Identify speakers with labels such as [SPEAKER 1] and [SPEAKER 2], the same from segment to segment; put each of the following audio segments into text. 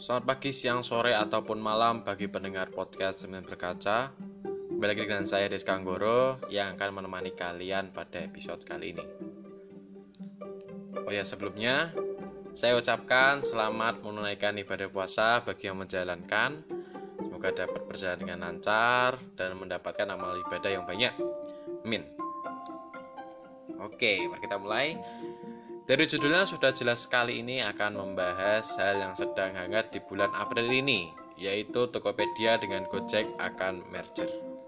[SPEAKER 1] Selamat pagi, siang, sore, ataupun malam bagi pendengar podcast Cermin Berkaca. Kembali lagi dengan saya Deska Anggoro yang akan menemani kalian pada episode kali ini. Oh ya, sebelumnya saya ucapkan selamat menunaikan ibadah puasa bagi yang menjalankan. Semoga dapat berjalan dengan lancar dan mendapatkan amal ibadah yang banyak. Amin. Oke, mari kita mulai. Dari judulnya sudah jelas sekali ini akan membahas hal yang sedang hangat di bulan April ini, yaitu Tokopedia dengan Gojek akan merger.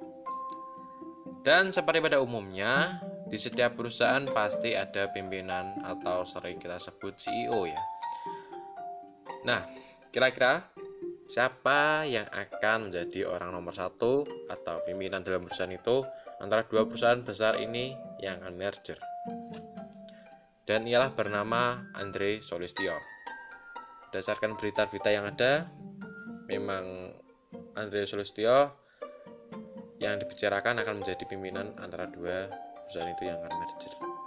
[SPEAKER 1] Dan seperti pada umumnya, di setiap perusahaan pasti ada pimpinan atau sering kita sebut CEO ya. Nah, kira-kira siapa yang akan menjadi orang nomor satu atau pimpinan dalam perusahaan itu antara dua perusahaan besar ini yang akan merger? Dan ialah bernama Andre Solistyo. Berdasarkan berita-berita yang ada, memang Andre Solistyo yang dibicarakan akan menjadi pimpinan antara dua perusahaan itu yang akan merger.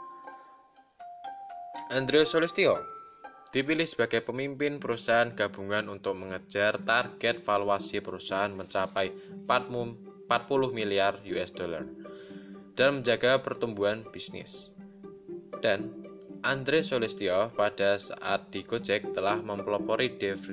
[SPEAKER 1] Andre Solistyo dipilih sebagai pemimpin perusahaan gabungan untuk mengejar target valuasi perusahaan mencapai 40 miliar US dollar dan menjaga pertumbuhan bisnis. Dan Andre Solistyo pada saat di Gojek telah mempelopori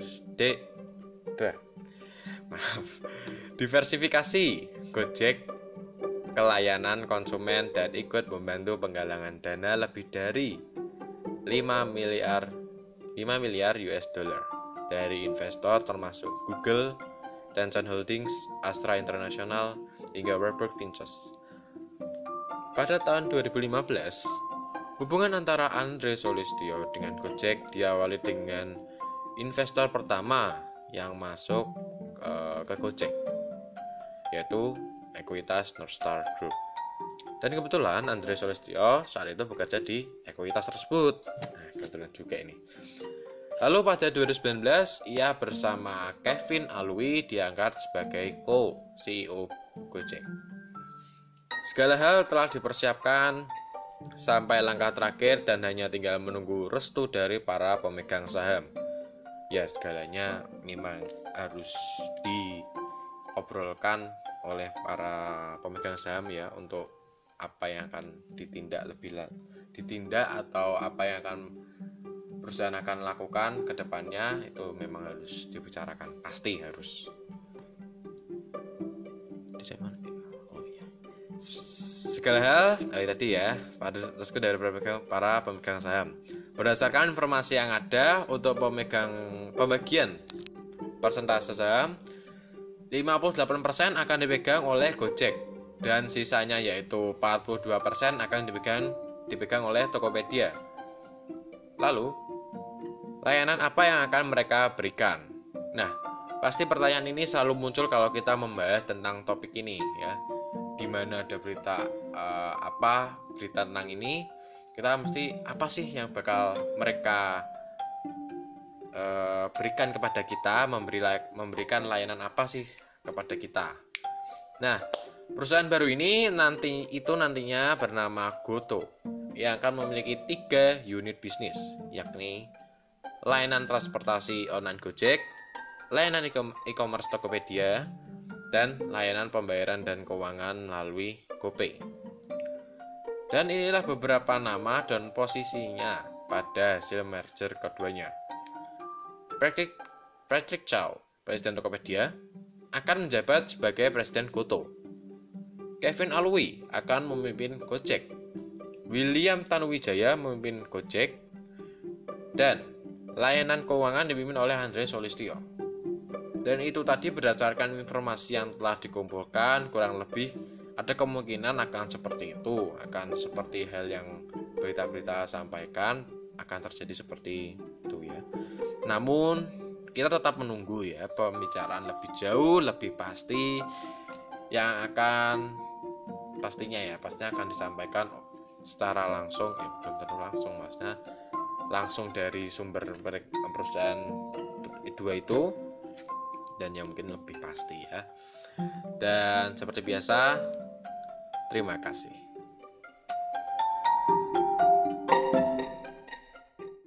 [SPEAKER 1] diversifikasi Gojek ke layanan konsumen dan ikut membantu penggalangan dana lebih dari 5 miliar US dollar dari investor termasuk Google, Tencent Holdings, Astra International, hingga Warburg Pincus. Pada tahun 2015, hubungan antara Andre Solistyo dengan Gojek diawali dengan investor pertama yang masuk ke Gojek, yaitu Ekuitas Northstar Group. Dan kebetulan Andre Solistyo saat itu bekerja di Ekuitas tersebut. Nah, kebetulan juga ini. Lalu pada 2019, ia bersama Kevin Alwi diangkat sebagai co-CEO Gojek. Segala hal telah dipersiapkan sampai langkah terakhir dan hanya tinggal menunggu restu dari para pemegang saham. Ya, segalanya memang harus diobrolkan oleh para pemegang saham ya, untuk apa yang akan ditindak atau apa yang akan perusahaan akan lakukan ke depannya, itu memang harus dibicarakan, pasti harus. Segala hal tadi ya, pada restu dari para pemegang saham. Berdasarkan informasi yang ada untuk pembagian persentase saham, 58% akan dipegang oleh Gojek dan sisanya yaitu 42% akan dipegang oleh Tokopedia. Lalu, layanan apa yang akan mereka berikan? Nah, pasti pertanyaan ini selalu muncul kalau kita membahas tentang topik ini ya. Di mana ada berita berita tentang ini, kita mesti apa sih yang bakal mereka berikan kepada kita, memberikan layanan apa sih kepada kita. Nah, perusahaan baru ini nantinya bernama Goto yang akan memiliki 3 unit bisnis, yakni layanan transportasi online Gojek, layanan e-commerce Tokopedia, dan layanan pembayaran dan keuangan melalui GoPay. Dan inilah beberapa nama dan posisinya pada hasil merger keduanya. Patrick Chow, Presiden Tokopedia, akan menjabat sebagai Presiden Goto. Kevin Alwi akan memimpin Gojek. William Tanuwijaya memimpin Gojek. Dan layanan keuangan dipimpin oleh Andre Solistyo. Dan itu tadi berdasarkan informasi yang telah dikumpulkan, kurang lebih ada kemungkinan akan seperti itu, akan seperti hal yang berita-berita sampaikan, akan terjadi seperti itu ya. Namun kita tetap menunggu ya pembicaraan lebih jauh, lebih pasti yang pastinya akan disampaikan secara langsung, belum tentu langsung, maksudnya langsung dari sumber perusahaan dua itu, dan yang mungkin lebih pasti ya. Dan seperti biasa, terima kasih.